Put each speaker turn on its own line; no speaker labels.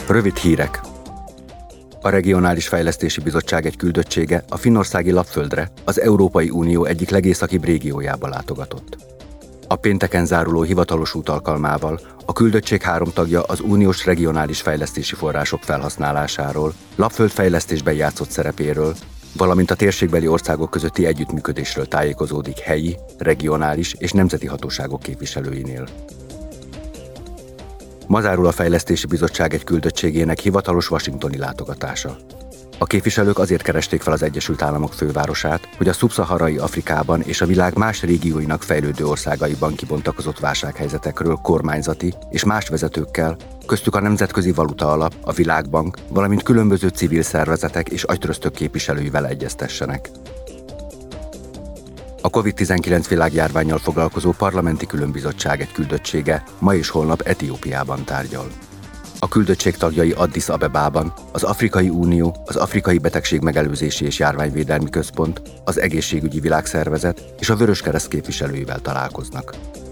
Rövid hírek. A Regionális Fejlesztési Bizottság egy küldöttsége a finnországi Lapföldre, az Európai Unió egyik legészakibb régiójába látogatott. A pénteken záruló hivatalos út alkalmával a küldöttség 3 tagja az uniós regionális fejlesztési források felhasználásáról, Lapföld fejlesztésben játszott szerepéről, valamint a térségbeli országok közötti együttműködésről tájékozódik helyi, regionális és nemzeti hatóságok képviselőinél. Ma zárul a Fejlesztési Bizottság egy küldöttségének hivatalos washingtoni látogatása. A képviselők azért keresték fel az Egyesült Államok fővárosát, hogy a szubszaharai Afrikában és a világ más régióinak fejlődő országaiban kibontakozott válsághelyzetekről kormányzati és más vezetőkkel, köztük a Nemzetközi Valuta Alap, a Világbank, valamint különböző civil szervezetek és agytröztök képviselőivel egyeztessenek. A COVID-19 világjárvánnyal foglalkozó parlamenti különbizottság egy küldöttsége ma és holnap Etiópiában tárgyal. A küldöttség tagjai Addis Abebában, az Afrikai Unió, az Afrikai Betegség Megelőzési és Járványvédelmi Központ, az Egészségügyi Világszervezet és a Vöröskereszt képviselőivel találkoznak.